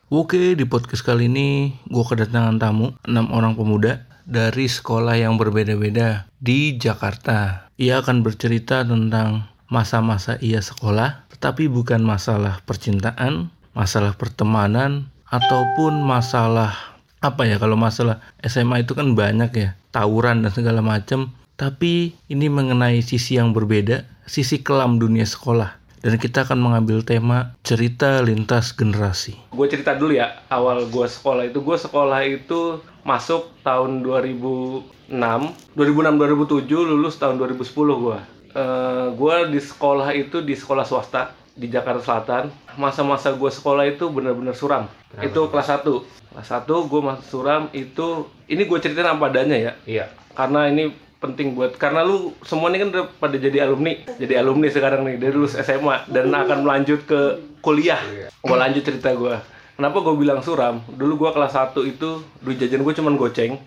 Oke, di podcast kali ini gue kedatangan tamu 6 orang pemuda dari sekolah yang berbeda-beda di Jakarta. Ia akan bercerita tentang masa-masa ia sekolah, tetapi bukan masalah percintaan, masalah pertemanan, ataupun masalah kalau masalah SMA itu kan banyak ya, tawuran dan segala macam. Tapi ini mengenai sisi yang berbeda, sisi kelam dunia sekolah. Dan kita akan mengambil tema cerita lintas generasi. Gue cerita dulu ya, awal gue sekolah itu masuk tahun 2006, 2007, lulus tahun 2010 gue. Gue di sekolah itu di sekolah swasta di Jakarta Selatan. Masa-masa gue sekolah itu benar-benar suram. Itu kelas 1. Kelas 1 gue masuk suram itu, ini gue ceritain apa adanya ya. Iya. Karena ini penting karena lu semua ini kan udah pada jadi alumni sekarang nih dari lulus SMA dan akan melanjut ke kuliah. Gue lanjut cerita gue. Kenapa gue bilang suram? Dulu gue kelas 1 itu duit jajan gue cuman goceng.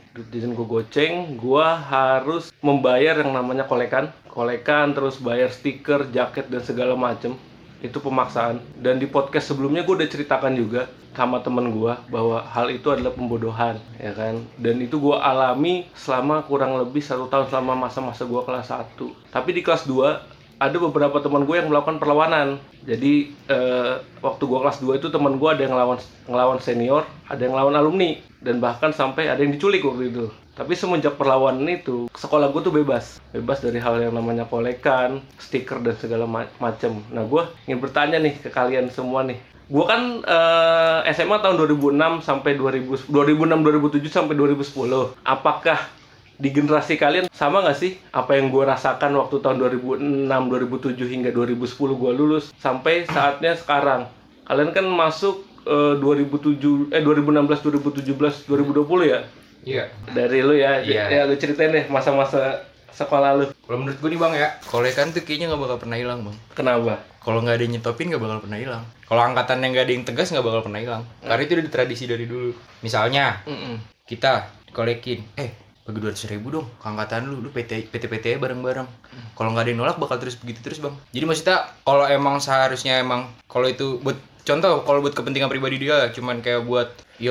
Gue harus membayar yang namanya kolekan terus bayar stiker, jaket dan segala macem. Itu pemaksaan. Dan di podcast sebelumnya gue udah ceritakan juga sama temen gue bahwa hal itu adalah pembodohan, ya kan. Dan itu gue alami selama kurang lebih 1 tahun selama masa-masa gue kelas 1. Tapi di kelas 2 ada beberapa teman gue yang melakukan perlawanan. Jadi waktu gue kelas 2 itu teman gue ada yang ngelawan senior, ada yang ngelawan alumni, dan bahkan sampai ada yang diculik waktu itu. Tapi semenjak perlawanan itu, sekolah gue tuh bebas dari hal yang namanya kolekan, stiker dan segala macam. Nah, gue ingin bertanya nih ke kalian semua nih. Gue kan SMA tahun 2006 sampai 2007 sampai 2010. Apakah di generasi kalian sama nggak sih apa yang gue rasakan waktu tahun 2006, 2007 hingga 2010 gue lulus sampai saatnya sekarang? Kalian kan masuk 2016, 2017, 2020 ya? Iya. Dari lu ya, Iya. Ya lu ceritain deh masa-masa sekolah lu. Kalau menurut gue nih bang ya, kolekan tuh kayaknya nggak bakal pernah hilang bang. Kenapa? Kalau nggak ada yang nyetopin nggak bakal pernah hilang. Kalau angkatan yang nggak ada yang tegas nggak bakal pernah hilang. Karena itu udah tradisi dari dulu. Misalnya kita kolekin, bagi 200.000 dong ke angkatan lu PT bareng-bareng. Kalau nggak ada yang nolak bakal terus begitu terus bang. Jadi maksudnya kalau emang seharusnya kalau itu buat contoh, kalau buat kepentingan pribadi dia, cuman kayak buat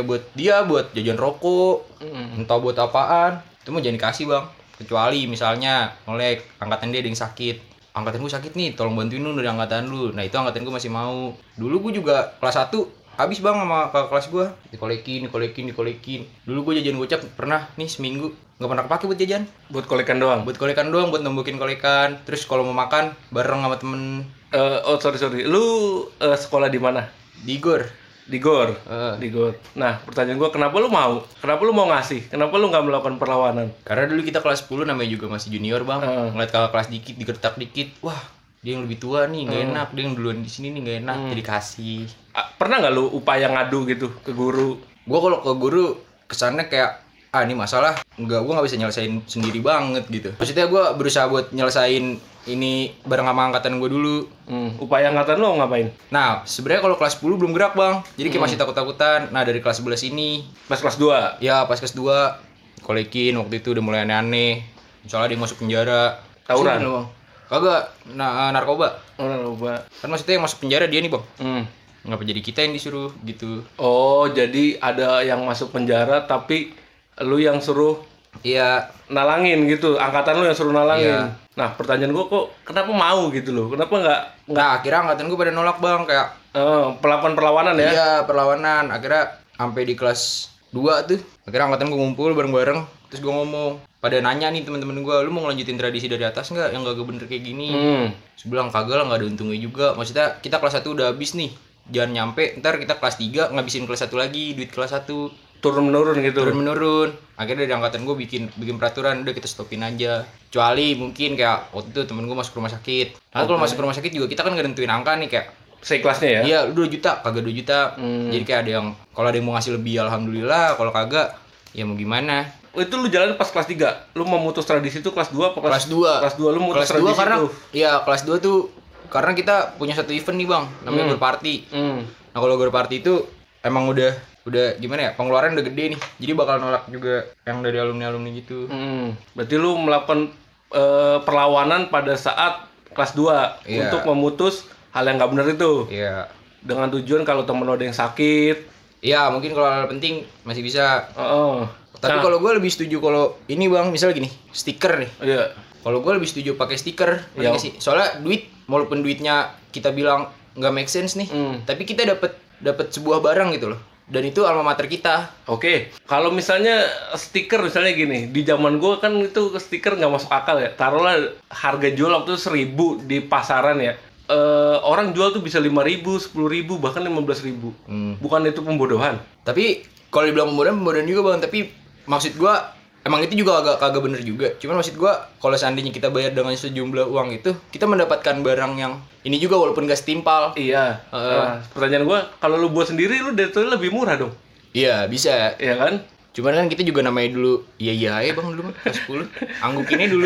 jajan rokok, entah buat apaan, itu mah jangan dikasih bang. Kecuali misalnya oleh angkatan dia ada yang sakit, angkatan gue sakit nih, tolong bantuin lu dari angkatan lu. Nah itu angkatan gue masih mau. Dulu gue juga kelas 1 habis bang sama kakak kelas gue, dikolekin. Dulu gue jajan gocap pernah nih seminggu nggak pernah kepake buat jajan. Buat kolekan doang, buat nembukin kolekan. Terus kalau mau makan bareng sama temen. sorry, lu sekolah di mana? Di Gor. Di Gor. Nah, pertanyaan gue, kenapa lu mau ngasih? Kenapa lu nggak melakukan perlawanan? Karena dulu kita kelas 10 namanya juga masih junior bang. Ngeliat kakak kelas dikit, digertak dikit, wah dia yang lebih tua nih nggak enak, dia yang duluan di sini nih nggak enak, jadi kasih. Pernah nggak lu upaya ngadu gitu ke guru? Gue kalau ke guru kesannya kayak ini masalah gue nggak bisa nyelesain sendiri banget gitu. Maksudnya gue berusaha buat nyelesain ini bareng sama angkatan gue dulu. Upaya angkatan lu ngapain? Nah sebenarnya kalau kelas 10 belum gerak bang, jadi kayak masih takut-takutan. Nah dari kelas 11 ini pas kelas 2? Ya pas kelas 2 kolekin waktu itu udah mulai aneh-aneh. Misalnya dia masuk penjara. Tawuran? Bang. Kagak, narkoba. Narkoba. Kan maksudnya yang masuk penjara dia nih bang. Ngapa jadi kita yang disuruh gitu? Oh, jadi ada yang masuk penjara tapi lu yang suruh nalangin gitu, angkatan lu yang suruh nalangin. Iya. Nah, pertanyaan gua kok kenapa mau gitu loh? Kenapa nggak? Nah, akhirnya angkatan gua pada nolak bang, kayak perlawanan ya? Iya, perlawanan. Akhirnya sampai di kelas 2 tuh, akhirnya angkatan gua ngumpul bareng-bareng. Terus gua ngomong, pada nanya nih teman-teman gua, lu mau ngelanjutin tradisi dari atas nggak? Yang gak bener kayak gini. Terus bilang kagak lah, nggak ada untungnya juga. Maksudnya kita kelas 1 udah habis nih, jangan nyampe ntar kita kelas 3 ngabisin kelas 1 lagi, duit kelas 1 turun menurun. Akhirnya dari angkatan gue bikin peraturan, udah kita stopin aja. Kecuali mungkin kayak waktu itu temen gue masuk rumah sakit. Nah kalau masuk rumah sakit juga kita kan nggak nentuin angka nih, kayak seikhlasnya ya? Iya, 2 juta, kagak 2 juta. Jadi kayak ada yang, kalau ada yang mau ngasih lebih alhamdulillah, kalau kagak ya mau gimana. Itu lu jalan pas kelas 3? Lu memutus tradisi itu kelas 2 apa kelas 2? Kelas 2 lu memutus kelas tradisi 2 karena, itu? Iya kelas 2 tuh karena kita punya satu event nih bang, namanya Gor Party. Nah kalau Gor Party itu emang udah gimana ya, pengeluaran udah gede nih, jadi bakal nolak juga yang dari alumni gitu. Berarti lu melakukan perlawanan pada saat kelas 2 untuk memutus hal yang nggak benar itu. Iya. Dengan tujuan kalau temen lo ada yang sakit, Iya, mungkin kalau hal penting masih bisa. Oh. Tapi kalau gue lebih setuju kalau ini bang, misalnya gini, stiker nih. Iya. Kalau gue lebih setuju pakai stiker, Iya. sih. Soalnya duit, walaupun duitnya kita bilang nggak make sense nih, tapi kita dapat sebuah barang gitu loh. Dan itu alma mater kita. Oke, kalau misalnya stiker misalnya gini, di zaman gue kan itu stiker nggak masuk akal ya. Taruhlah harga jual waktu itu 1.000 di pasaran ya. Orang jual tuh bisa 5.000, 10.000, bahkan 15.000. Bukan itu pembodohan? Tapi kalau dibilang pembodohan juga bang. Tapi maksud gue, emang itu juga agak kagak bener juga. Cuman maksud gue, kalau seandainya kita bayar dengan sejumlah uang itu, kita mendapatkan barang yang ini juga walaupun gak setimpal. Iya. Nah, pertanyaan gue, kalau lu buat sendiri, lu dari itu lebih murah dong? Iya, bisa. Iya kan? Cuman kan kita juga namanya dulu, iya aja bang dulu mah, kelas 10. Anggukinnya dulu.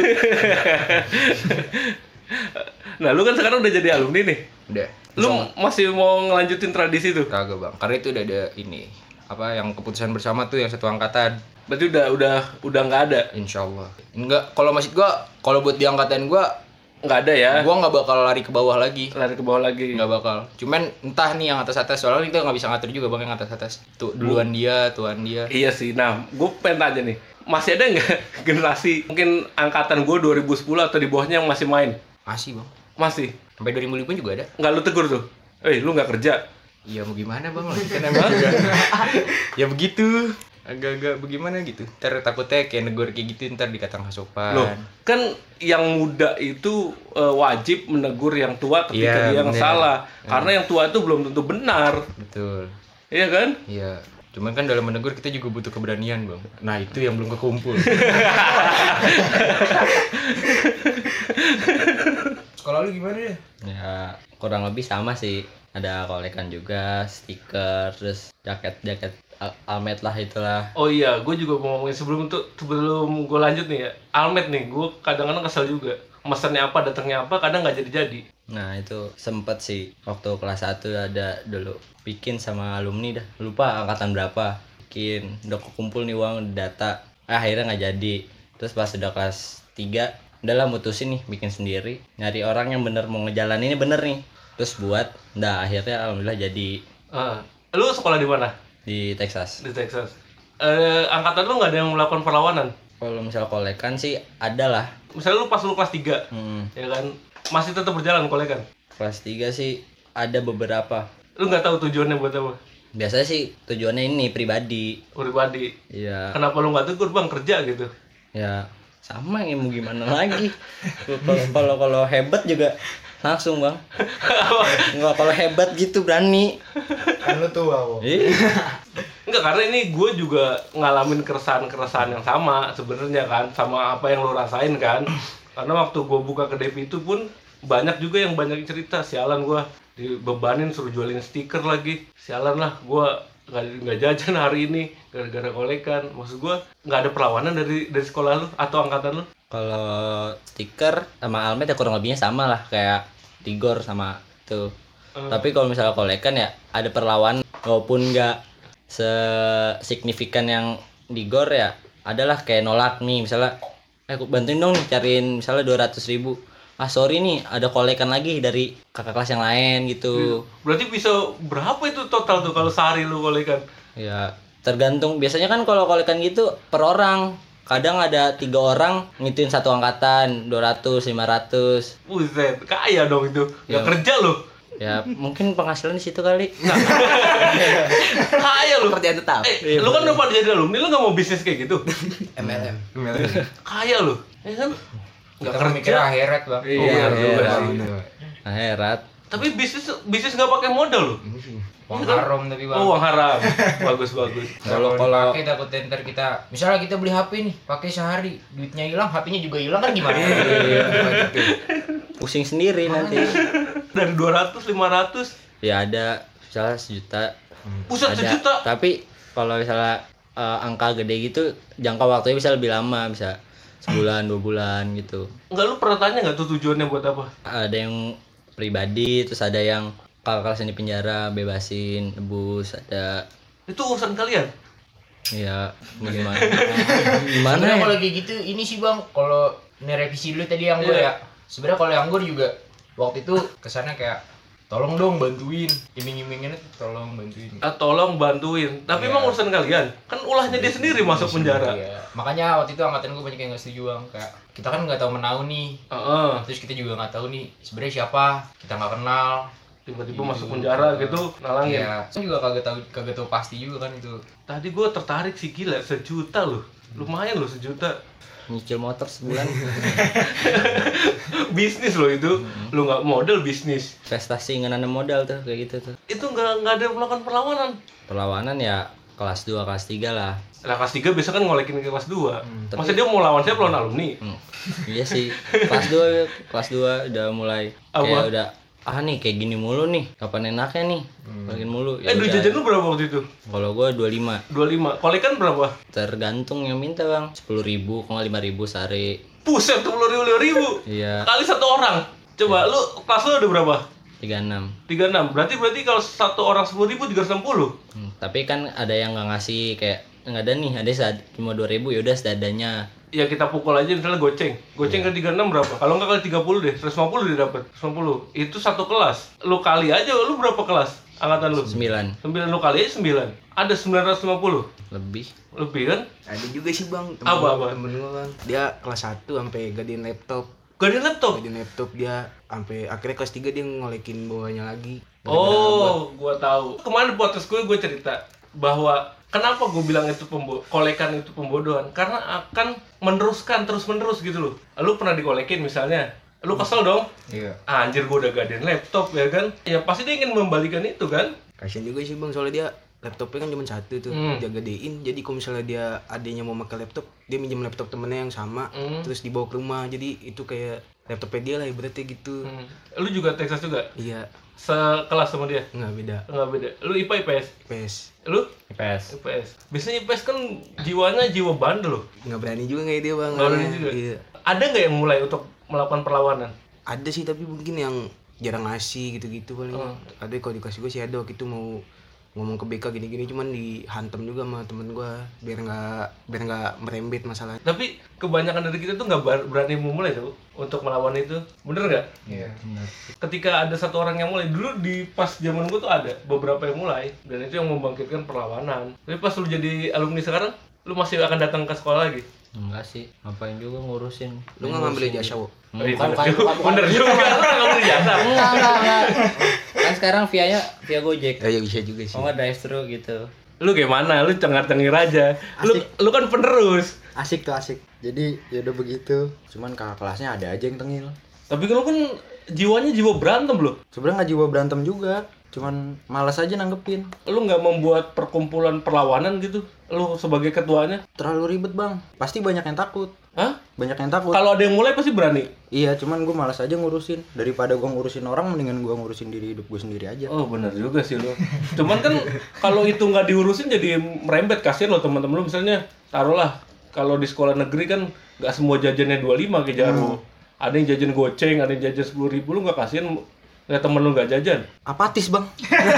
Nah, lu kan sekarang udah jadi alumni nih. Udah. Lu masih mau ngelanjutin tradisi tuh? Kagak bang, karena itu udah ada ini. Apa yang keputusan bersama tuh yang satu angkatan. Berarti udah nggak ada? Insya Allah. Enggak, kalau maksud gua, kalau buat di angkatan gua, Nggak ada ya? gua nggak bakal lari ke bawah lagi. Lari ke bawah lagi? Nggak bakal. Cuman entah nih yang atas-atas, soalnya kita nggak bisa ngatur juga bang yang atas-atas. Tuh duluan dia, tuan dia. Iya sih. Nah, gue pengen tanya nih, masih ada nggak generasi mungkin angkatan gue 2010 atau di bawahnya yang masih main? Masih bang. Masih? Sampai 2005 pun juga ada. Nggak lu tegur tuh? Lu nggak kerja? Iya mau gimana bang? Kan emang juga. Ya begitu. Agak-agak bagaimana gitu. Ntar takutnya kayak negor kayak gitu ntar dikata nggak sopan. Loh, kan yang muda itu wajib menegur yang tua ketika Iya, dia yang bener. salah. Karena yang tua itu belum tentu benar. Betul. Iya kan? Iya. Cuman kan dalam menegur kita juga butuh keberanian bang. Nah itu yang belum kekumpul. Sekolah lu gimana ya? Ya kurang lebih sama sih. Ada kolekan juga, stiker, terus jaket almet lah itulah. Oh iya, gue juga mau ngomongin sebelum gue lanjut nih ya. Almet nih, gue kadang-kadang kesel juga. Mesennya apa, datangnya apa, kadang nggak jadi-jadi. Nah itu sempet sih waktu kelas 1 ada dulu bikin sama alumni dah. Lupa angkatan berapa. Bikin, udah kekumpul nih uang, data. Akhirnya nggak jadi. Terus pas udah kelas 3, udahlah mutusin nih bikin sendiri. Nyari orang yang bener mau ngejalanin ini bener nih. Terus buat, akhirnya alhamdulillah jadi. Lu sekolah di mana? Di Texas. Di Texas. Angkatan lu nggak ada yang melakukan perlawanan? Kalau misal kolekan sih ada lah. Misalnya lu kelas 3, ya kan? Masih tetap berjalan kolekan? Kelas 3 sih ada beberapa. Lu nggak tahu tujuannya buat apa? Biasanya sih tujuannya ini pribadi. Pribadi. Iya. Kenapa lu nggak tegur bang, kerja gitu? Ya sama ya mau gimana lagi. Kalau hebat juga langsung bang. Nggak, kalau hebat gitu berani. Kan lu tua, Bang. Enggak, karena ini gue juga ngalamin keresahan-keresahan yang sama sebenarnya kan, sama apa yang lo rasain kan. Karena waktu gue buka kedai itu pun banyak juga yang banyak cerita, sialan gue dibebanin suruh jualin stiker lagi, sialan lah gue nggak jajan hari ini gara-gara kolekan. Maksud gue nggak ada perlawanan dari sekolah lu atau angkatan lu? Kalau stiker sama almet ya kurang lebihnya sama lah kayak Tigor sama tuh. Tapi kalau misalnya kolekan ya ada perlawanan walaupun nggak sesignifikan yang di Gor ya, adalah kayak nolak nih misalnya bantuin dong nih cariin misalnya 200.000. Sorry nih ada kolekan lagi dari kakak kelas yang lain gitu. Berarti bisa berapa itu total tuh kalau sehari lu kolekan? Ya tergantung, biasanya kan kalau kolekan gitu per orang. Kadang ada 3 orang ngituin satu angkatan 200, 500. Buset, kaya dong itu. Nggak kerja lu. Ya mungkin penghasilan di situ kali. Kaya lu. Kerjaan tetap. Lu kan udah pada jadi alumni, lu nggak mau bisnis kayak gitu? MLM. Kaya lu, ya kan? Nggak Kita mikir kerja. akhirat bang. Iya, juga sih. Akhirat. Tapi bisnis nggak pakai modal loh. Uang haram tapi bang. Oh, uang haram. Bagus. Kalau pakai takut ntar kita, misalnya kita beli HP nih, pakai sehari, duitnya hilang, HP-nya juga hilang kan gimana? Pusing sendiri nanti. Dari 200, 500. Ya ada misalnya 1 juta. Pusat Ada. 1 juta. Tapi kalau misalnya angka gede gitu jangka waktunya bisa lebih lama, bisa sebulan 2 bulan gitu. Enggak, lu pernah tanya nggak tuh tujuannya buat apa? Ada yang pribadi, terus ada yang kakak kelas yang di penjara bebasin, nebus, ada. Itu urusan kalian. Ya gimana? Gimana Sebenarnya ya? kalau kayak gitu ini sih bang, kalau ini revisi dulu tadi yang gue ya. Sebenarnya kalau yang gue juga waktu itu kesannya kayak tolong dong bantuin, iming-imingannya tolong bantuin. Tolong bantuin. Tapi Iya. emang urusan kalian. Kan ulahnya dia sendiri masuk penjara. Iya. Makanya waktu itu angkatan gue banyak yang nggak setuju bang. Kayak kita kan nggak tahu menau nih. Heeh. Terus kita juga nggak tahu nih sebenarnya siapa. Kita nggak kenal. Tiba-tiba masuk penjara gitu, nalangin. Iya. Saya juga kagak tahu pasti juga kan itu. Tadi gue tertarik sih, gila, 1 juta loh. Lumayan loh 1 juta. Nyicil motor sebulan. Bisnis loh itu. Lu nggak modal bisnis. Investasi nggak nanam modal tuh kayak gitu tuh. Itu nggak ada melakukan perlawanan. Perlawanan ya kelas 2, kelas 3 lah. Lah kelas 3 biasa kan ngolekin ke kelas 2. Masa dia mau lawan siapa, lawan alumni? Iya sih. Kelas 2 udah mulai Apa? kayak udah nih kayak gini mulu nih. Kapan enaknya nih? Makin mulu. Ya Duit udah. jajan lu berapa waktu itu? Kalau gua 25. 25. Kolekan berapa? Tergantung yang minta, Bang. 10.000, kalau 5.000 sehari. Buset, 10.000. Iya, Kali 1 orang. Coba lu kelas lu ada berapa? 36. 36. Berarti kalau 1 orang 10.000 360. Tapi kan ada yang nggak ngasih kayak nggak ada nih, ada cuma 2.000 ya udah seadanya. Ya kita pukul aja misalnya goceng. Goceng kali 36 berapa? Kalau enggak kali 30 deh, 150 dia dapat. 150. Itu 1 kelas. Lu kali aja, lu berapa kelas? Angkatan lu? 9 9 lu kali aja 9. Ada 950. lebih. Lebih kan? Ada juga sih bang, Apa? temen gue bang. Dia kelas 1 sampai gadein laptop. Gak ada laptop. Gadein laptop dia sampai akhirnya kelas 3 dia ngolekin bawahnya lagi. Oh, gua tahu. Kemarin di podcast gue cerita bahwa kenapa gue bilang itu kolekan itu pembodohan, karena akan meneruskan terus-menerus gitu loh. Lu pernah dikolekin misalnya, lu kesel dong? Iya. Anjir, gue udah gadein laptop ya kan? Ya pasti dia ingin membalikan itu kan? Kasian juga sih bang, soalnya dia laptopnya kan cuma 1 tuh, dia gadein. Jadi kalau misalnya dia adanya mau pakai laptop, dia minjem laptop temennya yang sama, terus dibawa ke rumah. Jadi itu kayak laptopnya dia lah ibaratnya gitu. Lu juga Texas juga? Iya, Sekelas sama dia? nggak beda. Enggak beda. Lu IPA IPS? PES Lu? IPS. IPS. Biasanya IPS kan jiwanya jiwa bandel loh. nggak berani juga kayak dia bang. Nggak berani juga? Iya. Ada nggak yang mulai untuk melakukan perlawanan? Ada sih tapi mungkin yang jarang ngasih gitu-gitu paling. Ada kalau dikasih gue sih ada waktu itu mau ngomong ke BK gini-gini, cuman dihantam juga sama temen gue biar nggak merembet masalah. Tapi kebanyakan dari kita tuh nggak berani memulai tuh untuk melawan itu, bener nggak? Iya. Ketika ada 1 orang yang mulai, dulu di pas zaman gua tuh ada beberapa yang mulai, dan itu yang membangkitkan perlawanan. Tapi pas lu jadi alumni sekarang, lu masih akan datang ke sekolah lagi? Enggak sih, ngapain juga ngurusin. Lu nggak ngambil ijazah wo? Bener juga, nggak boleh jasa. Enggak. Kan sekarang via Gojek. Ya bisa juga sih. Oh nggak drive thru gitu. Lu gimana? Lu cengar-cengir aja. Lu kan penerus. Asik tuh asik. Jadi ya udah begitu. Cuman kakak kelasnya ada aja yang tengil. Tapi lu kan jiwanya jiwa berantem loh. Sebenarnya nggak jiwa berantem juga. Cuman malas aja nanggepin. Lu nggak membuat perkumpulan perlawanan gitu? Lu sebagai ketuanya? Terlalu ribet bang. Pasti banyak yang takut. Hah? Banyak yang takut. Kalau ada yang mulai pasti berani. Iya, cuman gue malas aja ngurusin. Daripada gue ngurusin orang, mendingan gue ngurusin diri hidup gue sendiri aja. Oh benar juga sih lo. Cuman kan kalau itu nggak diurusin jadi merembet, kasihan lo teman-teman lo. Misalnya taruhlah kalau di sekolah negeri kan nggak semua jajannya 25 kayak Jarwo. Ada yang jajan goceng, ada yang jajan 10.000, lo nggak kasihan lihat temen lo nggak jajan? Apatis bang.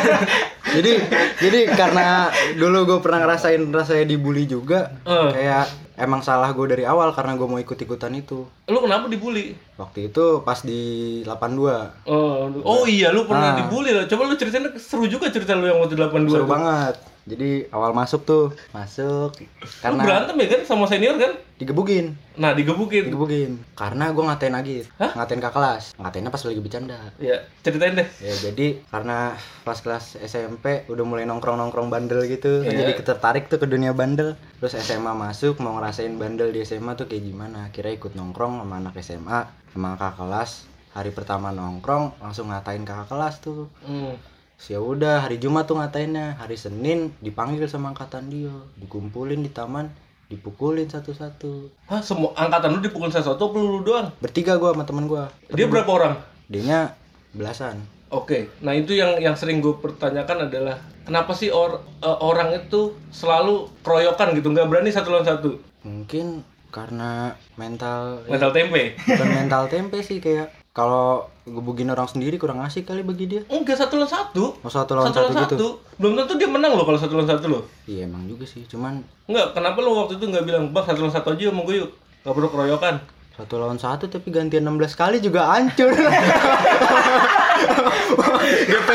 jadi karena dulu gue pernah ngerasain rasanya dibully juga. Kayak emang salah gue dari awal karena gue mau ikut-ikutan itu. Lo kenapa dibully? Waktu itu pas di 82. Oh iya, lu pernah dibully lo. Coba lu ceritain, seru juga cerita lu yang waktu 82. Seru tuh. banget. Jadi awal masuk Lu karena berantem ya kan sama senior kan? digebukin. Nah, digebukin. Karena gue ngatain Agit. Ngatain kakak kelas. Ngatainnya pas lagi bercanda. Ya, ceritain deh. Ya jadi karena pas kelas SMP udah mulai nongkrong-nongkrong bandel gitu. Jadi tertarik tuh ke dunia bandel. Terus SMA masuk mau ngerasain bandel di SMA tuh kayak gimana. Akhirnya ikut nongkrong sama anak SMA, sama kakak kelas. Hari pertama nongkrong langsung ngatain kakak kelas tuh. Ya udah hari Jumat tuh ngatainnya, hari Senin dipanggil sama angkatan dia, dikumpulin di taman, dipukulin satu-satu. Hah, semua angkatan lu dipukul satu apa lu doang? Bertiga gua sama temen gua. Dia berapa orang? Dianya belasan. Oke, nah itu yang sering gue pertanyakan adalah kenapa sih orang itu selalu keroyokan gitu, nggak berani satu lawan satu? Mungkin karena mental tempe? bukan mental tempe sih, kayak kalau gebugin orang sendiri kurang asik kali bagi dia. Enggak, satu lawan satu. Oh, satu lawan satu gitu. Belum tentu dia menang loh kalau satu lawan satu loh. Iya emang juga sih, cuman Enggak, kenapa lo waktu itu nggak bilang, bang satu lawan satu aja sama gue yuk, nggak perlu keroyokan? satu lawan satu tapi gantian 16 kali juga hancur.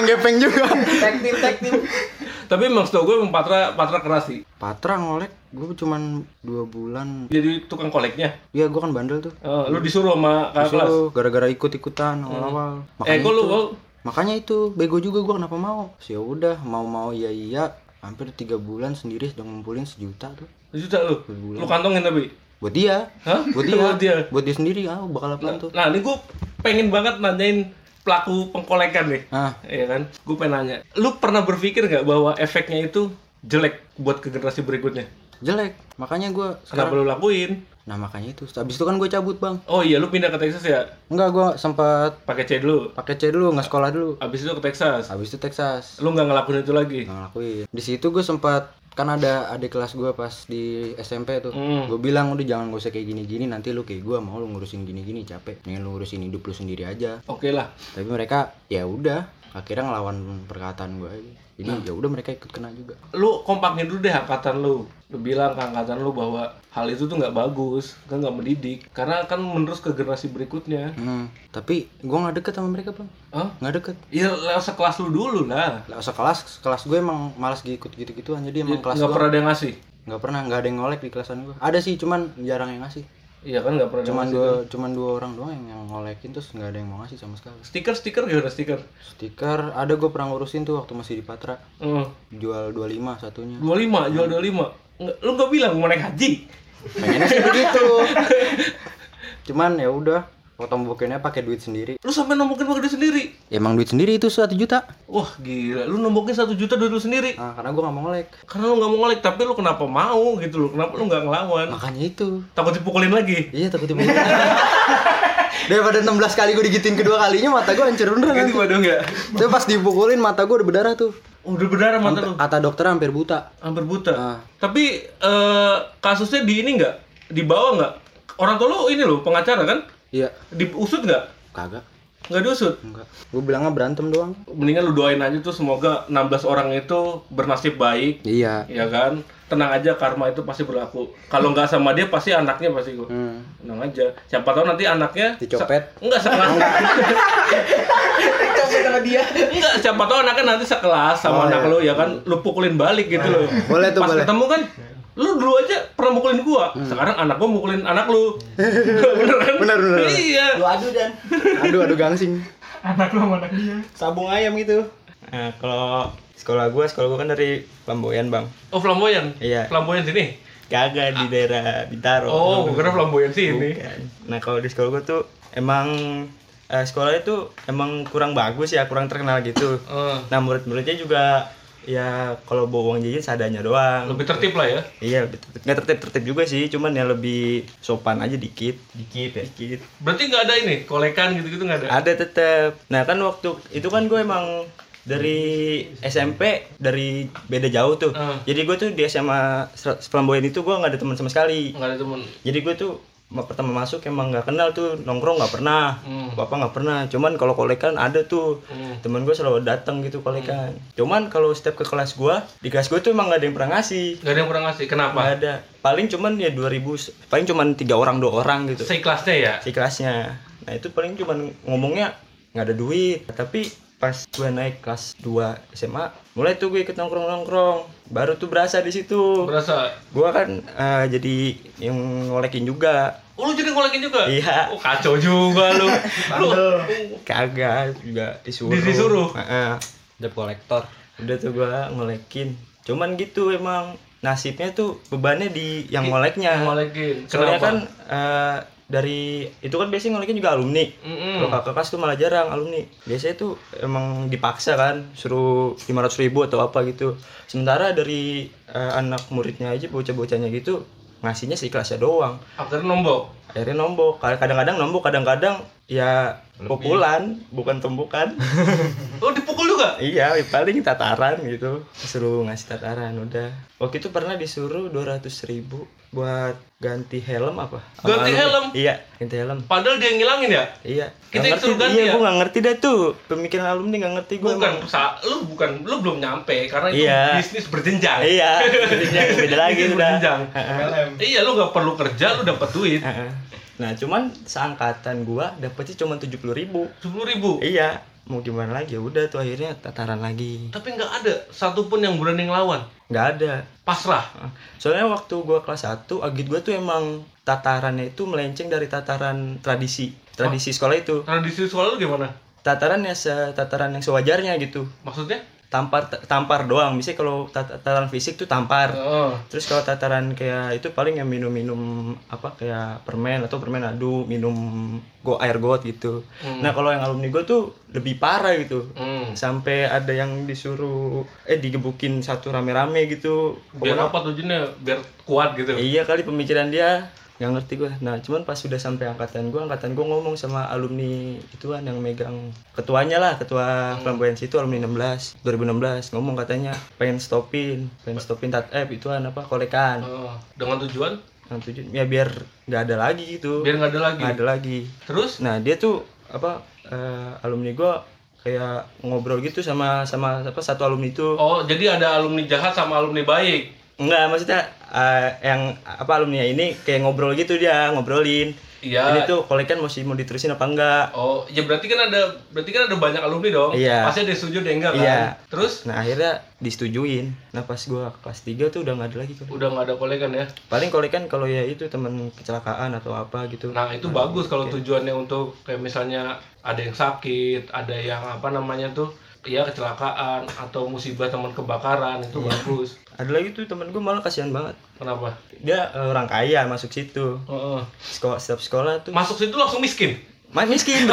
main gepeng juga. Tag team. Tapi emang setahu gue emang Patra keras sih. Patra ngolek gue cuman 2 bulan. Jadi tukang koleknya. Iya, gue kan bandel tuh. Lu disuruh sama kakak kelas. Disuruh gara-gara ikut-ikutan awal-awal. Makanya itu bego juga gue, kenapa mau? Ya udah, mau iya. Hampir 3 bulan sendiri sudah ngumpulin 1 juta tuh. 1 juta lu? Lu kantongin tapi? Buat dia. Hah? Buat dia. Buat dia sendiri, bakal apaan tuh. Nah, ini gue pengen banget nanyain pelaku pengkolekan nih. Iya kan? Gue pengen nanya. Lu pernah berpikir nggak bahwa efeknya itu jelek buat ke generasi berikutnya? Jelek. Makanya gue Kenapa lu lakuin? Nah, makanya itu. Habis itu kan gue cabut, Bang. Oh iya, lu pindah ke Texas ya? Enggak, gue sempat Pakai C dulu. nggak sekolah dulu. Habis itu ke Texas. Habis itu Texas. Lu nggak ngelakuin itu lagi? Nggak ngelakuin. Di situ gue sempat, kan ada adik kelas gue pas di SMP tuh. Gue bilang, udah jangan gak usah kayak gini-gini, nanti lu kayak gue, mau lu ngurusin gini-gini capek. Nih lu ngurusin hidup lu sendiri aja. Oke lah. Tapi mereka ya udah, akhirnya ngelawan perkataan gue aja. Jadi ya udah, mereka ikut kena juga. Lu kompakin dulu deh angkatan lu. Lu bilang ke angkatan lu bahwa hal itu tuh nggak bagus, kan nggak mendidik. Karena kan menerus ke generasi berikutnya. Tapi gue nggak deket sama mereka, Bang. Hah? Nggak deket. Iya, sekelas lu dulu lah. Kelas gue emang malas ikut gitu-gituan. Jadi emang kelas Nggak gue pernah ada yang ngasih. nggak ada yang ngolek di kelasan gue. Ada sih, cuman jarang yang ngasih. Iya kan, nggak pernah ada yang ngasih. Cuman 2 orang doang yang ngolekin, terus nggak ada yang mau ngasih sama sekali. Stiker gimana stiker? Stiker ada, gue pernah ngurusin tuh waktu masih di Patra. Jual 25 satunya. 25, jual 25. Lu nggak bilang mau naik haji? Pengennya sih begitu. Cuman ya udah, potong bukannya pakai duit sendiri. Lu sampai nombokin pakai duit sendiri? Ya, emang duit sendiri itu 1 juta. Wah gila, lu nombokin 1 juta duit lu sendiri? Nah, karena gue nggak mau ngolek. Karena lu nggak mau ngolek, tapi lu kenapa mau gitu loh? Kenapa lu nggak ngelawan? Makanya itu. Takut dipukulin lagi? Iya, takut dipukulin. Daripada 16 kali gue digituin kedua kalinya, mata gue hancur beneran. Gitu waduh nggak? Tapi pas dipukulin mata gue udah berdarah tuh. Udah berdarah mata lu? Kata dokter hampir buta. Hampir buta? Tapi kasusnya di ini nggak? Dibawa nggak? Orang tua lu ini loh, pengacara kan? Iya. Diusut nggak? Kagak. Nggak diusut? Enggak. Gue bilangnya berantem doang. Mendingan lu doain aja tuh semoga 16 orang itu bernasib baik. Iya. Ya kan? Tenang aja, karma itu pasti berlaku. Kalau nggak sama dia, pasti anaknya pasti gue. Tenang aja. Siapa tahu nanti anaknya dicopet. Enggak sekelas. Dicopet sama dia. Enggak, siapa tahu anaknya nanti sekelas sama anak lu ya kan, lu pukulin balik gitu loh. Boleh tuh, pas boleh. ketemu kan, lu dulu aja pernah mukulin gua. Sekarang anak gua mukulin anak lu. Bener kan? Bener. Iya. Lu adu dan. Aduh gangsing. Anak lu sama anak dia. Sabung ayam gitu. Nah, kalau sekolah gua kan dari Flamboyan, Bang. Oh, Flamboyan? Iya. Flamboyan sini? Kagak, di daerah Bintaro. Oh, gua kira Flamboyan sini. Bukan. Nah, kalau di sekolah gua tuh emang sekolahnya tuh emang kurang bagus ya, kurang terkenal gitu. Nah, murid-muridnya juga ya kalau bawa uang jajan seadanya doang. Lebih tertib lah ya? Iya, nggak tertib juga sih, cuman ya lebih sopan aja dikit ya. Berarti nggak ada ini, kolekan gitu-gitu nggak ada? Ada tetep. Nah kan waktu itu kan gue emang dari SMP dari beda jauh tuh. Jadi gue tuh di SMA Flamboyan itu gue nggak ada teman sama sekali. Nggak ada temen. Jadi gue tuh pertama masuk emang nggak kenal tuh, nongkrong nggak pernah, bapak nggak pernah. Cuman kalau kolekan ada tuh, temen gue selalu datang gitu kolekan. Cuman kalau setiap ke kelas gue, di kelas gue tuh emang nggak ada yang pernah ngasih. Nggak ada yang pernah ngasih, kenapa? Nggak ada. Paling cuman ya 2000, paling cuman 3 orang 2 orang gitu. Sekelasnya ya? Sekelasnya. Nah itu paling cuman ngomongnya nggak ada duit. Tapi pas gue naik kelas 2 SMA, mulai tuh gue ikut nongkrong, baru tuh berasa di situ. Berasa? Gue kan jadi yang ngolekin juga. Oh, lu jadi ngolekin juga? Iya. Oh, kacau juga lu. Lu kagak juga disuruh. Disuruh? Debt kolektor. Udah tuh gue ngolekin. Cuman gitu emang nasibnya tuh bebannya di yang ngoleknya. Ngolekin. Soalnya Kenapa? kan dari itu kan biasanya ngolekin juga alumni. Kalau kakak kelas tuh malah jarang alumni. Biasanya tuh emang dipaksa kan, suruh 500.000 atau apa gitu. Sementara dari anak muridnya aja, bocah-bocahnya gitu, ngasihnya seikhlasnya doang. Akhirnya nombok? Akhirnya nombok. Kadang-kadang nombok, kadang-kadang ya pukulan, bukan tumbukan. Oh, dipukul juga? Iya, paling tataran gitu. Suruh ngasih tataran, udah. Waktu itu pernah disuruh 200.000 buat ganti helm apa? Ganti helm? Iya, ganti helm. Padahal dia yang ngilangin ya? Iya. Kita Nggak suruh ganti iya, ya? gue nggak ngerti dah tuh. Pemikiran alumni nggak ngerti gue. Lu belum nyampe karena itu Iya. bisnis berjenjang. Iya, beda lagi Bisnis udah. berjenjang. Iya, lu nggak perlu kerja, lu dapat duit. Nah, cuman seangkatan gua dapetnya cuma 70.000. 10.000. Iya. mau gimana lagi, ya udah tuh akhirnya tataran lagi. Tapi nggak ada satupun yang berani ngelawan. Nggak ada. Pasrah. Soalnya waktu gua kelas 1, agit gua tuh emang tatarannya itu melenceng dari tataran tradisi sekolah itu. Tradisi sekolah lu gimana? Tataran tataran yang sewajarnya gitu. Maksudnya? Tampar doang. Misalnya kalau tataran fisik tuh tampar. Oh. Terus kalau tataran kayak itu paling yang minum apa kayak permen atau permen adu, minum air got gitu. Nah, kalau yang alumni gue tuh lebih parah gitu. Sampai ada yang disuruh digebukin satu rame-rame gitu. Biar apa tujuannya? Biar kuat gitu. Iya kali pemikiran dia. Nggak ngerti gue. Nah, cuman pas sudah sampai angkatan gue ngomong sama alumni ituan yang megang ketuanya lah, ketua flamboyansi itu alumni 2016 ngomong katanya pengen stopin ituan apa kolekan. Dengan tujuan? Ya biar nggak ada lagi gitu. Biar nggak ada lagi. Terus? Nah, dia tuh alumni gue kayak ngobrol gitu sama satu alumni itu. Oh, jadi ada alumni jahat sama alumni baik. Enggak, maksudnya yang alumni ini kayak ngobrolin. Iya. Ini tuh kolekan masih mau diterusin apa enggak? Oh, ya berarti kan ada banyak alumni dong. Iya. Pasti ada setuju deh enggak kan? Iya. Terus? Nah, akhirnya disetujuin. Nah, pas gua kelas 3 tuh udah enggak ada lagi kolekan. Udah enggak ada kolekan ya? Paling kolekan kalau ya itu teman kecelakaan atau apa gitu. Nah, itu bagus kalau tujuannya untuk kayak misalnya ada yang sakit, ada yang apa namanya tuh ya kecelakaan atau musibah teman kebakaran itu bagus. Ada lagi tuh temen gue malah kasihan banget. Kenapa? Dia orang kaya masuk situ. Setiap sekolah tuh masuk situ langsung miskin. Miskin.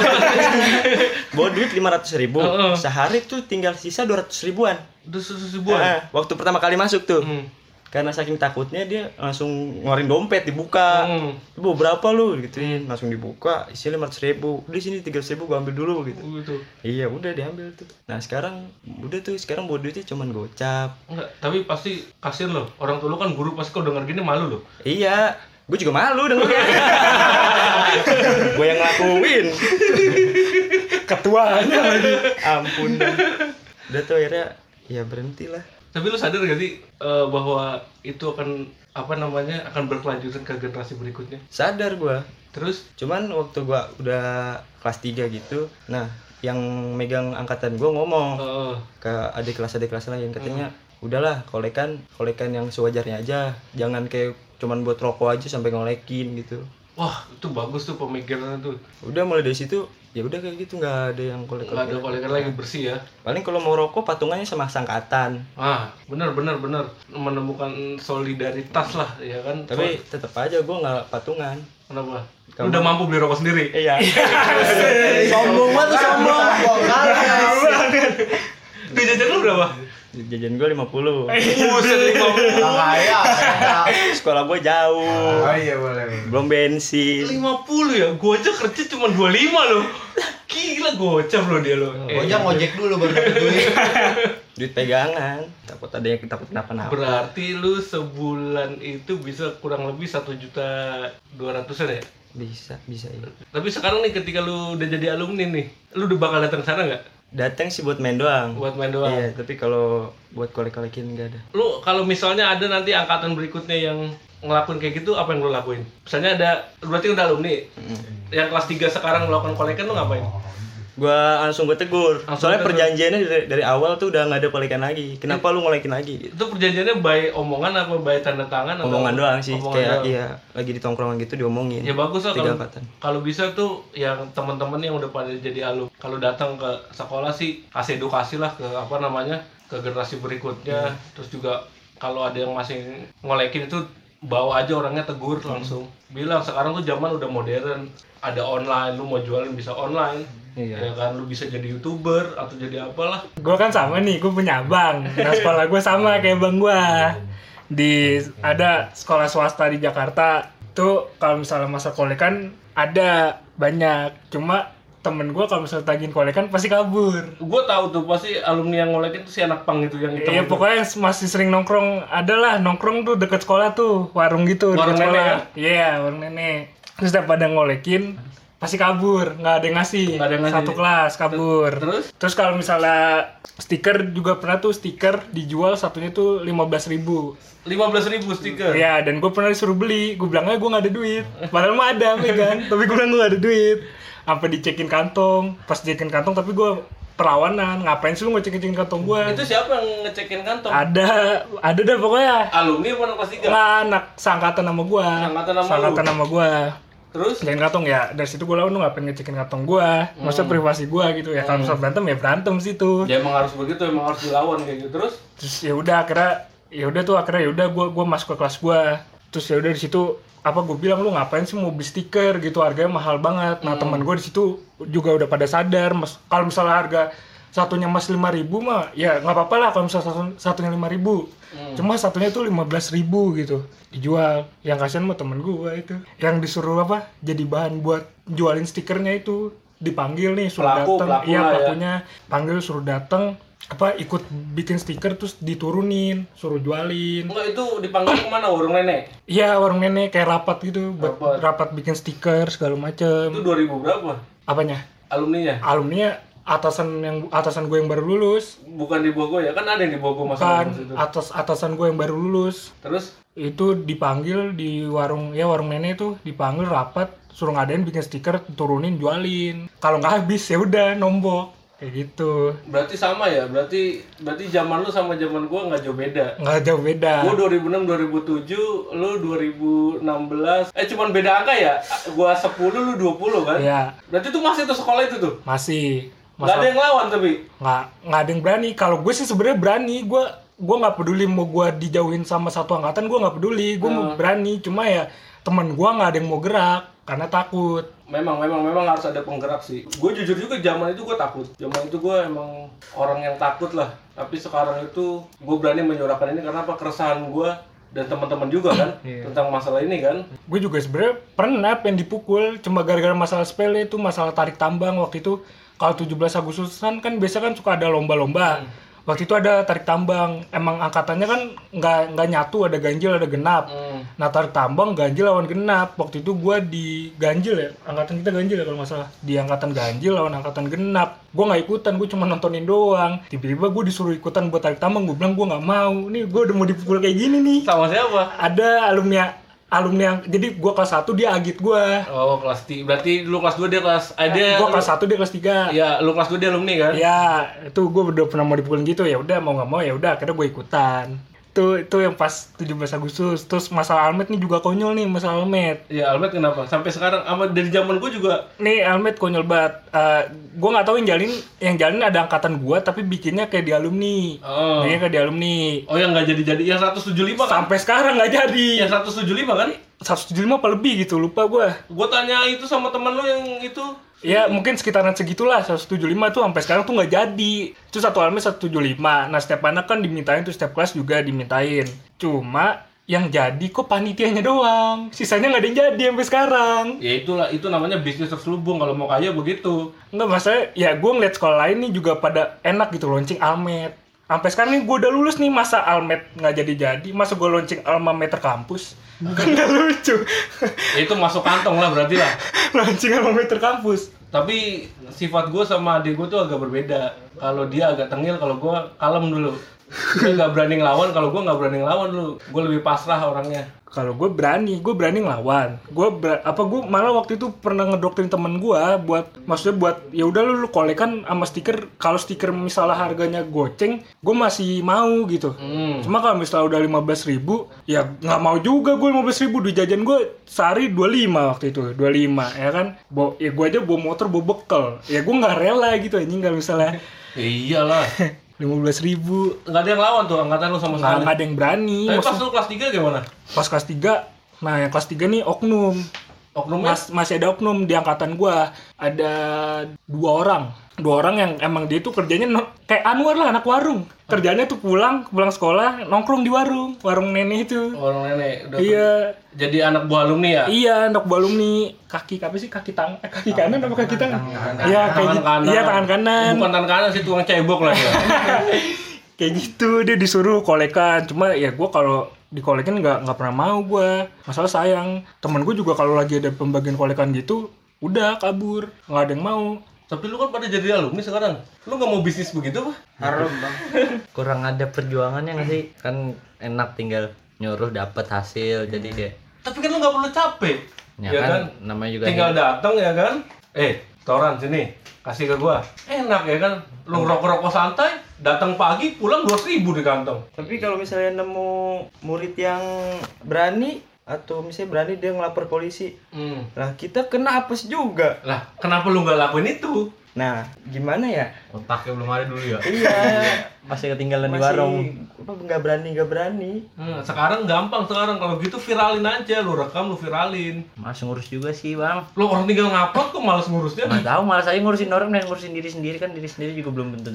Bawa duit 500.000. Sehari tuh tinggal sisa 200.000-an. 200.000-an. Waktu pertama kali masuk tuh. Karena saking takutnya dia langsung ngeluarin dompet dibuka. Bu berapa lu gituin, langsung dibuka isi 500.000. Udah sini 300.000 gua ambil dulu gitu. Iya udah diambil tuh. Nah sekarang bawa duitnya cuman gocap. Enggak, tapi pasti kasihan loh. Orang tua lu kan guru, pasti kalau denger gini malu loh. Iya, gue juga malu dengernya. Gue yang ngelakuin. Ketuanya lagi. Ampun. Udah tuh akhirnya ya berhenti lah. Tapi lu sadar gak sih bahwa itu akan berkelanjutan ke generasi berikutnya? Sadar gua. Terus? Cuman waktu gua udah kelas 3 gitu, nah yang megang angkatan gua ngomong ke adik kelas lain katanya, udahlah kolekan yang sewajarnya aja, jangan kayak cuman buat rokok aja sampai ngolekin gitu. Wah, itu bagus tuh pemikirannya tuh. Udah mulai dari situ ya udah kayak gitu, nggak ada yang kolekan. Nggak ada kolekan lagi, bersih ya. Paling kalau mau rokok patungannya sama sangkatan. Benar menemukan solidaritas lah ya kan. Tapi tetap aja gue nggak patungan. Kenapa? Lu udah mampu beli rokok sendiri. Iya. Sombong banget, sombong. Tuh jajan lu berapa? Jajan gue 50. Buset 50. Kaya. Sekolah gue jauh. Oh iya boleh. Belum bensin. 50 ya? Gue aja kerja cuma 25 loh. Gila gocap loh dia loh. Pokoknya ngojek dulu baru dapet duit. Duit pegangan. Takut ada yang kenapa-napa. Berarti lu sebulan itu bisa kurang lebih 1.200.000 ya? Bisa ya. Tapi sekarang nih ketika lu udah jadi alumni nih, lu udah bakal datang sana nggak? Datang sih buat main doang. Buat main doang. Iya, tapi kalau buat kolek-kolekin nggak ada. Lu kalau misalnya ada nanti angkatan berikutnya yang ngelakuin kayak gitu, apa yang lu lakuin? Misalnya ada, berarti udah alumni. Yang kelas 3 sekarang melakukan kolekan, lu ngapain? Gua langsung tegur. Soalnya tegur. perjanjiannya dari awal tuh udah nggak ada kolekan lagi. Kenapa lu ngolekin lagi? Gitu. Itu perjanjiannya by omongan apa by tanda tangan? Omongan doang sih. Omongan Kayak doang. iya, lagi di tongkrongan gitu diomongin. Ya bagus lah 3 angkatan. kalau bisa tuh yang teman-teman yang udah pada jadi alumni, kalau datang ke sekolah sih kasih edukasi lah ke ke generasi berikutnya. Terus juga kalau ada yang masih ngolekin itu bawa aja orangnya, tegur langsung. Bilang sekarang tuh zaman udah modern, ada online, lu mau jualan bisa online. Iya. Ya kan, lu bisa jadi YouTuber atau jadi apalah. Gue kan sama nih, gue punya abang. Nah sekolah gue sama kayak bang gue. Ada sekolah swasta di Jakarta. Tuh kalau misalnya masa kolekan ada banyak. Cuma temen gue kalau misalnya tagihin kolekan pasti kabur. Gue tahu tuh pasti alumni yang ngolekin tuh si anak pang gitu yang hitam. Iya itu. pokoknya masih sering nongkrong. Adalah nongkrong tuh deket sekolah tuh, warung gitu. Warung deket nenek sekolah. ya? Iya warung nenek. Terus udah pada ngolekin pasti kabur, nggak ada yang ngasih. Nggak ada yang ngasih. Satu kelas kabur. Terus kalau misalnya stiker juga pernah tuh, stiker dijual satunya tuh 15.000. 15.000 stiker. Iya, dan gue pernah disuruh beli. Gue bilang aja gue nggak ada duit. Padahal mah ada, megang. Tapi gue bilang gue nggak ada duit. Sampai dicekin kantong. Pas dicekin kantong, tapi gue perlawanan, ngapain sih lu ngecek-ngecekin kantong gua? Itu siapa yang ngecekin kantong? Ada dah pokoknya. Alumni apa anak kelas 3? Lah, anak sangkatan sama gua. Sangkatan sama lu? Gua. Terus? Ngecekin kantong ya, dari situ gua lawan lu ngapain ngecekin kantong gua? Maksudnya privasi gua gitu ya. Kalau misal berantem ya berantem situ. Ya emang harus begitu, emang harus dilawan kayak gitu. Terus Ya udah akhirnya gua masuk ke kelas gua. Terus ya udah di situ apa gue bilang lu ngapain sih mau beli stiker gitu, harganya mahal banget. Nah teman gue di situ juga udah pada sadar kalau misalnya harga satunya mas 5.000 mah ya nggak apa-apa lah kalau misalnya satunya 5.000. Cuma satunya tuh 15.000 gitu dijual. Yang kasihan mah temen gue itu yang disuruh apa jadi bahan buat jualin stikernya itu, dipanggil nih suruh datang. Iya pelakunya panggil suruh datang apa ikut bikin stiker terus diturunin suruh jualin. Enggak, itu dipanggil kemana? Warung nenek? Iya warung nenek kayak rapat gitu buat rapat bikin stiker segala macem. Itu 2000 berapa? Apanya? Alumninya atasan gue yang baru lulus. Bukan di Bogor ya? Kan ada yang di Bogor Kan atasan gue yang baru lulus. Terus itu dipanggil di warung nenek itu, dipanggil rapat suruh ngadain bikin stiker, turunin jualin. Kalau nggak habis ya udah nombok. Kayak gitu. Berarti sama ya? Berarti zaman lu sama zaman gua nggak jauh beda? Nggak jauh beda. Gua 2006, 2007, lu 2016. Cuman beda angka ya? Gua 10, lu 20 kan? Iya. Berarti tuh masih tuh sekolah itu tuh? Masih. Nggak ada yang lawan tapi? Nggak ada yang berani. Kalau gue sih sebenarnya berani. Gue nggak peduli mau gue dijauhin sama satu angkatan, gue nggak peduli. Gue mau berani. Cuma ya temen gue nggak ada yang mau gerak karena takut. Memang harus ada penggerak sih. Gue jujur juga zaman itu gue takut. Zaman itu gue emang orang yang takut lah. Tapi sekarang itu gue berani menyuarakan ini karena apa? Keresahan gue dan teman-teman juga kan tentang masalah ini kan. Gue juga sebenarnya pernah pengen dipukul cuma gara-gara masalah sepele itu, masalah tarik tambang waktu itu. Kalau 17 Agustusan kan biasa kan suka ada lomba-lomba. Waktu itu ada tarik tambang, emang angkatannya kan nggak nyatu, ada ganjil ada genap. Nah tarik tambang ganjil lawan genap. Waktu itu gue di ganjil ya, angkatan kita ganjil ya kalau nggak salah. Di angkatan ganjil lawan angkatan genap. Gue nggak ikutan, gue cuma nontonin doang. Tiba-tiba gue disuruh ikutan buat tarik tambang, gue bilang gue nggak mau. Nih gue udah mau dipukul kayak gini nih. Sama siapa? Ada alumni yang jadi gue kelas 1 dia agit gue. Oh kelas 3, berarti lu kelas 2 dia kelas gue kelas 1 dia kelas 3. Ya lu kelas 2 dia alumni kan? Ya itu gue udah pernah mau dipukulin gitu, ya udah mau nggak mau ya udah akhirnya gue ikutan. Itu yang pas 17 Agustus. Terus masalah Almet nih juga konyol nih, masalah Almet. Ya Almet kenapa? Sampai sekarang dari zaman gue juga. Nih Almet konyol banget. Gue nggak tahu yang jalin ada angkatan gue tapi bikinnya kayak di alumni. Bikinnya kayak di alumni. Oh yang nggak jadi yang 175 kan? Sampai sekarang nggak jadi. Yang 175 kan? 175 apa lebih gitu, lupa gue. Gue tanya itu sama temen lu yang itu. Ya mungkin sekitaran segitulah, 175 tuh sampai sekarang tuh nggak jadi. Itu satu Almet 175. Nah setiap anak kan dimintain tuh, setiap kelas juga dimintain. Cuma yang jadi kok panitianya doang. Sisanya nggak ada yang jadi sampai sekarang. Ya itulah, itu namanya bisnis terselubung. Kalau mau kaya begitu. Nggak, maksudnya ya gue ngeliat sekolah lain nih juga pada enak gitu launching Almet. Sampai sekarang nih gue udah lulus nih, masa Almet nggak jadi-jadi, masa gue launching alma mater kampus. Kan nggak lucu. Itu masuk kantong lah berarti lah. Launching alma mater kampus. Tapi sifat gue sama adik gue tuh agak berbeda. Kalau dia agak tengil, kalau gue kalem dulu. Dia nggak berani ngelawan, kalau gue nggak berani ngelawan dulu. Gue lebih pasrah orangnya. Kalau gue berani ngelawan. Gue malah waktu itu pernah ngedoktrin temen gue maksudnya buat ya udah lu kolekan sama stiker. Kalau stiker misalnya harganya goceng, gue masih mau gitu. Cuma kalau misalnya udah 15.000, ya nggak mau juga gue 15.000. Di jajan gue sehari 25 waktu itu, 25 ya kan. Ya gue aja bawa motor bawa bekal. Ya gue nggak rela gitu anjing kalau misalnya. Iyalah. 15.000. Nggak ada yang lawan tuh angkatan lu sama sekali. Nggak ada yang berani. Tapi pas lu kelas 3 gimana? Pas kelas 3, nah yang kelas 3 nih oknum. Oknumnya? Masih ada oknum di angkatan gua. Ada 2 orang. 2 orang yang emang dia tuh kerjanya kayak Anwar lah, anak warung. Kerjanya tuh pulang sekolah nongkrong di warung nenek itu. Warung nenek. Iya. Jadi anak buah alumni ya? Iya, anak buah alumni. Kaki kanan apa kaki tangan? Iya, kayak gitu. Iya, tangan kanan. Bukan tangan kanan sih, tukang cebok lah dia. Kayak gitu, dia disuruh kolekan. Cuma ya gue kalau dikolekin nggak pernah mau gue. Masalah sayang. Temen gue juga kalau lagi ada pembagian kolekan gitu, udah kabur, nggak ada yang mau. Tapi lu kan pada jadi alumni sekarang. Lu nggak mau bisnis begitu, Pak? Harum bang. Kurang ada perjuangannya nggak sih? Kan enak tinggal nyuruh dapat hasil, jadi kayak. Tapi kan lu nggak perlu capek. Ya kan, namanya juga tinggal datang ya kan. Toran sini. kasih ke gua. Enak ya kan, lu rokok-rokok santai, datang pagi, pulang 2.000 di kantong. Tapi kalau misalnya nemu murid yang berani atau misalnya berani dia ngelapor polisi, lah kita kena apes juga. Lah, kenapa lu nggak lakuin itu? Nah, gimana ya? Otaknya belum ada dulu ya. Iya, masih ketinggalan di warung. Apa nggak berani? Sekarang gampang kalau gitu viralin aja, lu rekam, lu viralin. Mas ngurus juga sih, Bang. Lu orang tinggal ngupload kok males ngurusnya. Nggak tahu, malas aja ngurusin orang dan ngurusin diri sendiri juga belum tentu.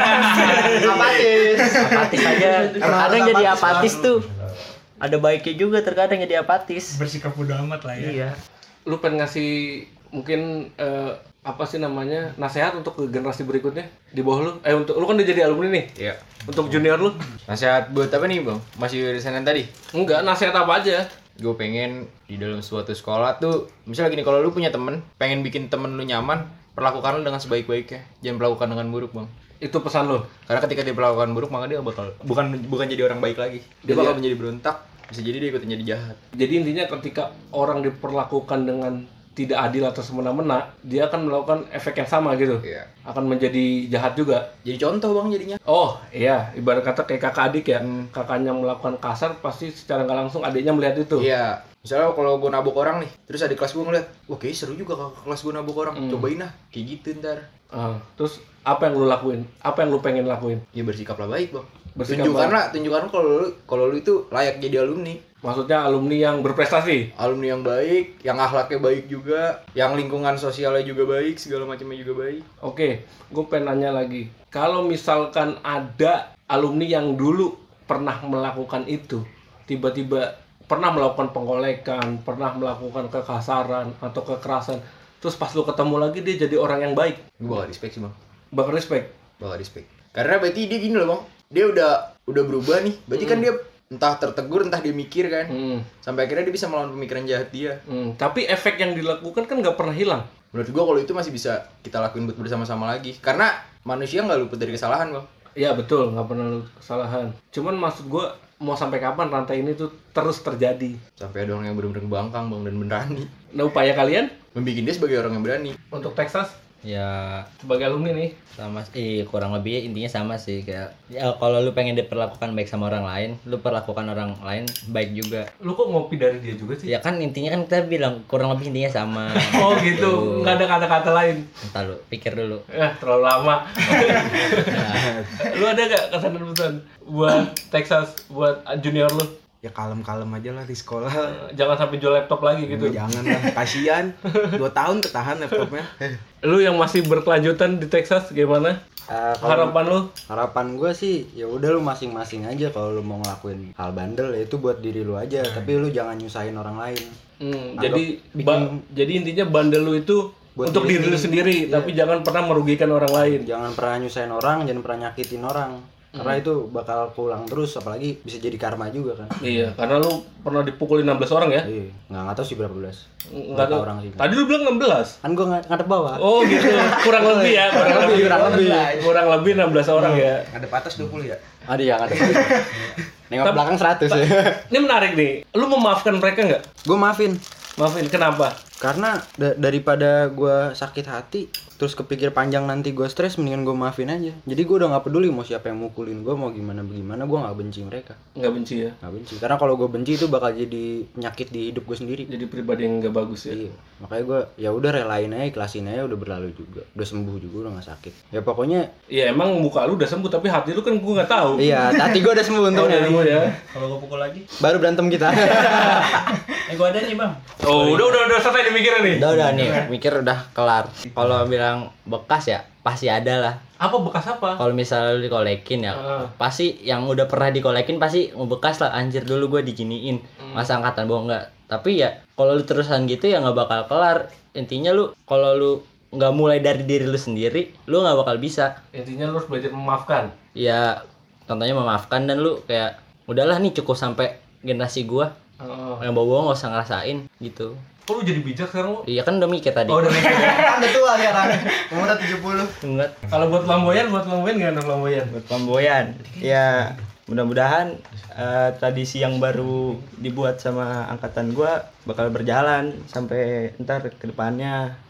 Apatis aja. Kadang jadi apatis tuh. Ada baiknya juga terkadang jadi apatis. Bersikap bodo amat lah ya. Iya. Lu pengen ngasih mungkin apa sih namanya, nasihat untuk ke generasi berikutnya di bawah lu? Untuk lu kan udah jadi alumni nih. Iya. Untuk junior lu? Nasihat buat apa nih, Bang? Masih urusan yang tadi? Enggak, nasihat apa aja? Gue pengen di dalam suatu sekolah tuh, misalnya gini, kalau lu punya temen, pengen bikin temen lu nyaman, perlakukan lu dengan sebaik-baiknya. Jangan perlakukan dengan buruk, Bang. Itu pesan lu. Karena ketika dia perlakukan buruk, maka dia bakal bukan jadi orang baik lagi. Dia Jadi bakal ya- menjadi berontak, bisa jadi dia ikutan jadi jahat. Jadi intinya ketika orang diperlakukan dengan tidak adil atau semena-mena, dia akan melakukan efek yang sama gitu. Iya. Akan menjadi jahat juga. Jadi contoh, Bang, jadinya. Oh iya, ibarat kata kayak kakak adik ya. Kakaknya melakukan kasar, pasti secara nggak langsung adiknya melihat itu. Iya. Misalnya kalau gue nabok orang nih, terus adik kelas gue ngeliat, wah kayaknya seru juga kakak kelas gue nabok orang. Cobain lah, kayak gitu ntar. Terus apa yang lu lakuin? Apa yang lu pengen lakuin? Ya bersikaplah baik, Bang. Bersikap Tunjukkan kalau lu itu layak jadi alumni. Maksudnya alumni yang berprestasi. Alumni yang baik, yang akhlaknya baik juga, yang lingkungan sosialnya juga baik, segala macamnya juga baik. Oke, gue pengen nanya lagi. Kalau misalkan ada alumni yang dulu pernah melakukan itu, tiba-tiba pernah melakukan penggolekan, pernah melakukan kekasaran atau kekerasan, terus pas lu ketemu lagi dia jadi orang yang baik, Gue bakal respect sih, Bang. bakal respect. Bakal respect. Karena berarti dia gini loh, Bang. Dia udah berubah nih. Berarti kan dia entah tertegur, entah dia mikir kan. Sampai akhirnya dia bisa melawan pemikiran jahat dia. Tapi efek yang dilakukan kan nggak pernah hilang. Menurut gua kalau itu masih bisa kita lakuin buat bersama-sama lagi. Karena manusia nggak luput dari kesalahan, Bang. Iya betul, nggak pernah lu kesalahan. Cuman maksud gue mau sampai kapan rantai ini tuh terus terjadi? Sampai ada orang yang benar-benar bangkang, Bang, dan berani. Nah, upaya kalian Membikin dia sebagai orang yang berani. untuk Texas Ya sebagai alumni nih, sama kurang lebih intinya sama sih, kayak ya kalau lu pengen diperlakukan baik sama orang lain, lu perlakukan orang lain baik juga. lu kok ngopi dari dia juga sih? Ya kan intinya kan kita bilang kurang lebih intinya sama. Oh gitu, nggak ada kata-kata lain. Entar lu pikir dulu. Terlalu lama. Lu ada gak kesan-pesan buat Texas, buat junior lu? Ya kalem-kalem aja lah di sekolah. Jangan sampai jual laptop lagi gitu. Jangan lah, kasihan. 2 tahun ketahan laptopnya. Lu yang masih berkelanjutan di Texas gimana? Harapan lu? Harapan gue sih ya udah lu masing-masing aja. Kalau lu mau ngelakuin hal bandel ya itu buat diri lu aja, tapi lu jangan nyusahin orang lain. Jadi intinya bandel lu itu Buat untuk diri diri lu sendiri, tapi jangan pernah merugikan orang lain. Jangan pernah nyusahin orang, jangan pernah nyakitin orang. Karena itu bakal pulang terus, apalagi bisa jadi karma juga kan. Iya, karena lu pernah dipukulin 16 orang ya? Iya, nggak tahu sih berapa belas. Enggak Berapa tahu. orang sih. Tadi lu bilang 16. Kan gue ngadep bawah. Oh gitu, kurang lebih ya, kurang lebih 16 orang ya. Ada patas 20 ya? Ada ya, ngadep. Nengok belakang 100 ya. Ini menarik nih, lu memaafkan mereka nggak? Gue maafin. Maafin, kenapa? Karena daripada gue sakit hati, terus kepikir panjang nanti gue stres, mendingan gue maafin aja. Jadi gue udah nggak peduli mau siapa yang mukulin gue, mau gimana bagaimana, gue nggak benci mereka. Nggak benci ya? Nggak benci. Karena kalau gue benci itu bakal jadi penyakit di hidup gue sendiri. Jadi pribadi yang nggak bagus ya? Iya. Makanya gue ya udah relain aja, ikhlasin aja, udah berlalu juga, udah sembuh juga, udah nggak sakit. Ya pokoknya. Iya emang muka lu udah sembuh, tapi hati lu kan gue nggak tahu. Iya, hati gue udah sembuh untungnya. Udah sembuh ya? Kalau gua pukul lagi, Baru berantem kita. gua ada nih, Bang. Oh udah selesai dimikirin nih. Udah nih, mikir udah kelar. Kalau bilang bekas ya pasti ada lah. Apa bekas apa? Kalau misalnya lu dikolekin ya, pasti yang udah pernah dikolekin pasti bekas lah. Anjir dulu gua diginiin, masa angkatan bawah enggak. Tapi ya kalau lu terusan gitu ya nggak bakal kelar. Intinya lu kalau lu nggak mulai dari diri lu sendiri, lu nggak bakal bisa. Intinya lu harus belajar memaafkan. Ya contohnya memaafkan, dan lu kayak udahlah nih cukup sampai generasi gua. Yang bawa nggak usah ngerasain gitu. Kok lu jadi bijak sekarang lu? Iya kan udah mikir tadi. Oh udah mikir ya? Kan udah tua sekarang. Umur 70. Enggak. Kalau buat flamboyan gimana flamboyan? Buat flamboyan ya mudah-mudahan tradisi yang baru dibuat sama angkatan gua bakal berjalan sampai ntar ke depannya.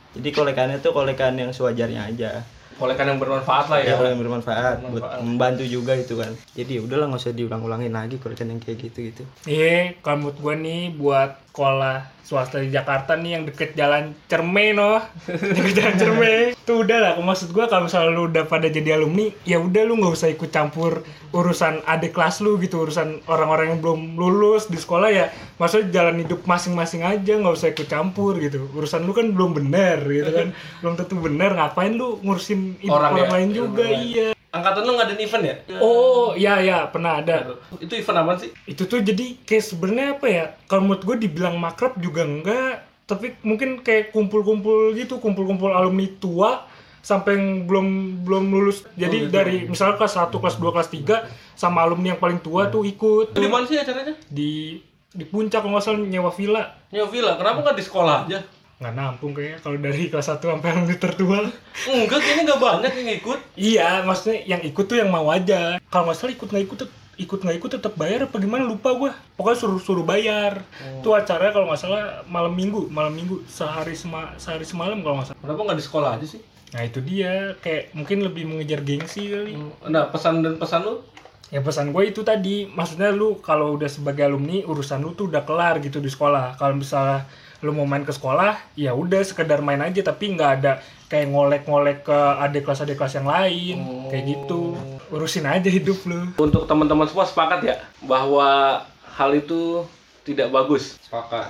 Jadi kolekannya tuh kolekan yang sewajarnya aja. Kolekan yang bermanfaat lah ya. Ya, yang bermanfaat buat membantu juga itu kan. Jadi udahlah nggak usah diulang-ulangin lagi kolekan yang kayak gitu. Iya, kalau menurut gue nih buat sekolah swasta di Jakarta nih yang deket jalan Cerme deket jalan Cerme. Tuh udah lah, maksud gue kalau misalnya lu udah pada jadi alumni, ya udah lu nggak usah ikut campur urusan adik kelas lu gitu, urusan orang-orang yang belum lulus di sekolah ya. Maksudnya jalan hidup masing-masing aja, nggak usah ikut campur gitu. Urusan lu kan belum bener gitu kan, belum tentu bener. Ngapain lu ngurusin hidup orang lain juga, iya. Angkatan lu ngadain event ya? Oh, iya, pernah ada. Itu event apa sih? Itu tuh jadi kayak sebenarnya apa ya? Kalau menurut gue dibilang makrab juga enggak, tapi mungkin kayak kumpul-kumpul alumni tua sampai yang belum lulus. Jadi dari misalnya kelas 1, kelas 2, kelas 3 sama alumni yang paling tua tuh ikut. Di mana sih acaranya? Di puncak kalau nggak salah nyewa villa. Nyewa villa. Kenapa nggak di sekolah aja? Nggak nampung kayaknya kalau dari kelas 1 sampai alumni tertua. Enggak, kayaknya nggak banyak yang ikut. Iya, maksudnya yang ikut tuh yang mau aja. Kalau nggak salah ikut nggak ikut tetap bayar apa gimana, lupa gue. Pokoknya suruh bayar. Tuh acaranya kalau nggak salah malam minggu sehari semalam kalau nggak salah. Kenapa nggak di sekolah aja sih? Nah itu dia, kayak mungkin lebih mengejar gengsi kali. Nah, pesan lu? Ya pesan gue itu tadi, maksudnya lu kalau udah sebagai alumni urusan lu tuh udah kelar gitu di sekolah. Kalau misalnya lu mau main ke sekolah, ya udah sekedar main aja, tapi nggak ada kayak ngolek-ngolek ke adik kelas yang lain, kayak gitu. Urusin aja hidup lu. Untuk teman-teman semua sepakat ya bahwa hal itu tidak bagus.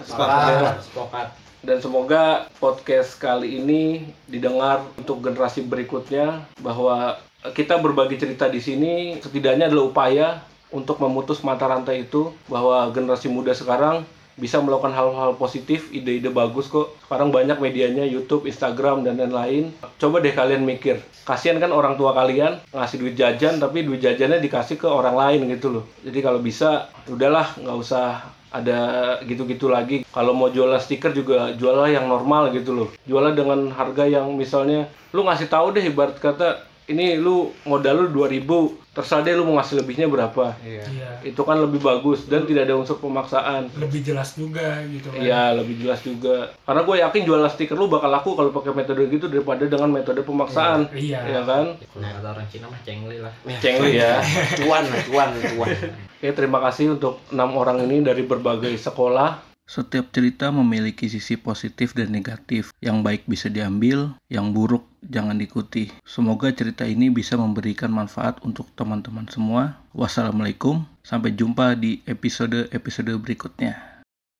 Sepakat. Dan semoga podcast kali ini didengar untuk generasi berikutnya, bahwa kita berbagi cerita di sini setidaknya adalah upaya untuk memutus mata rantai itu, bahwa generasi muda sekarang bisa melakukan hal-hal positif, ide-ide bagus kok. Sekarang banyak medianya, YouTube, Instagram, dan lain-lain. Coba deh kalian mikir, kasihan kan orang tua kalian ngasih duit jajan, tapi duit jajannya dikasih ke orang lain gitu loh. Jadi kalau bisa, udahlah, nggak usah ada gitu-gitu lagi. Kalau mau jualan stiker juga jualah yang normal gitu loh. Jualah dengan harga yang misalnya, lu ngasih tahu deh ibarat kata, ini lu modal lu 2.000, terserah deh lu mau ngasih lebihnya berapa. Iya. Itu kan lebih bagus dan tidak ada unsur pemaksaan. Lebih jelas juga gitu kan. Iya, lebih jelas juga. Karena gue yakin jualan stiker lu bakal laku kalau pakai metode gitu daripada dengan metode pemaksaan. Iya. Iya kan? Nah, kata orang Cina mah cengli lah. Cengli ya. Cuan. Oke, terima kasih untuk 6 orang ini dari berbagai sekolah. Setiap cerita memiliki sisi positif dan negatif. Yang baik bisa diambil, yang buruk jangan diikuti. Semoga cerita ini bisa memberikan manfaat untuk teman-teman semua. Wassalamualaikum, sampai jumpa di episode berikutnya.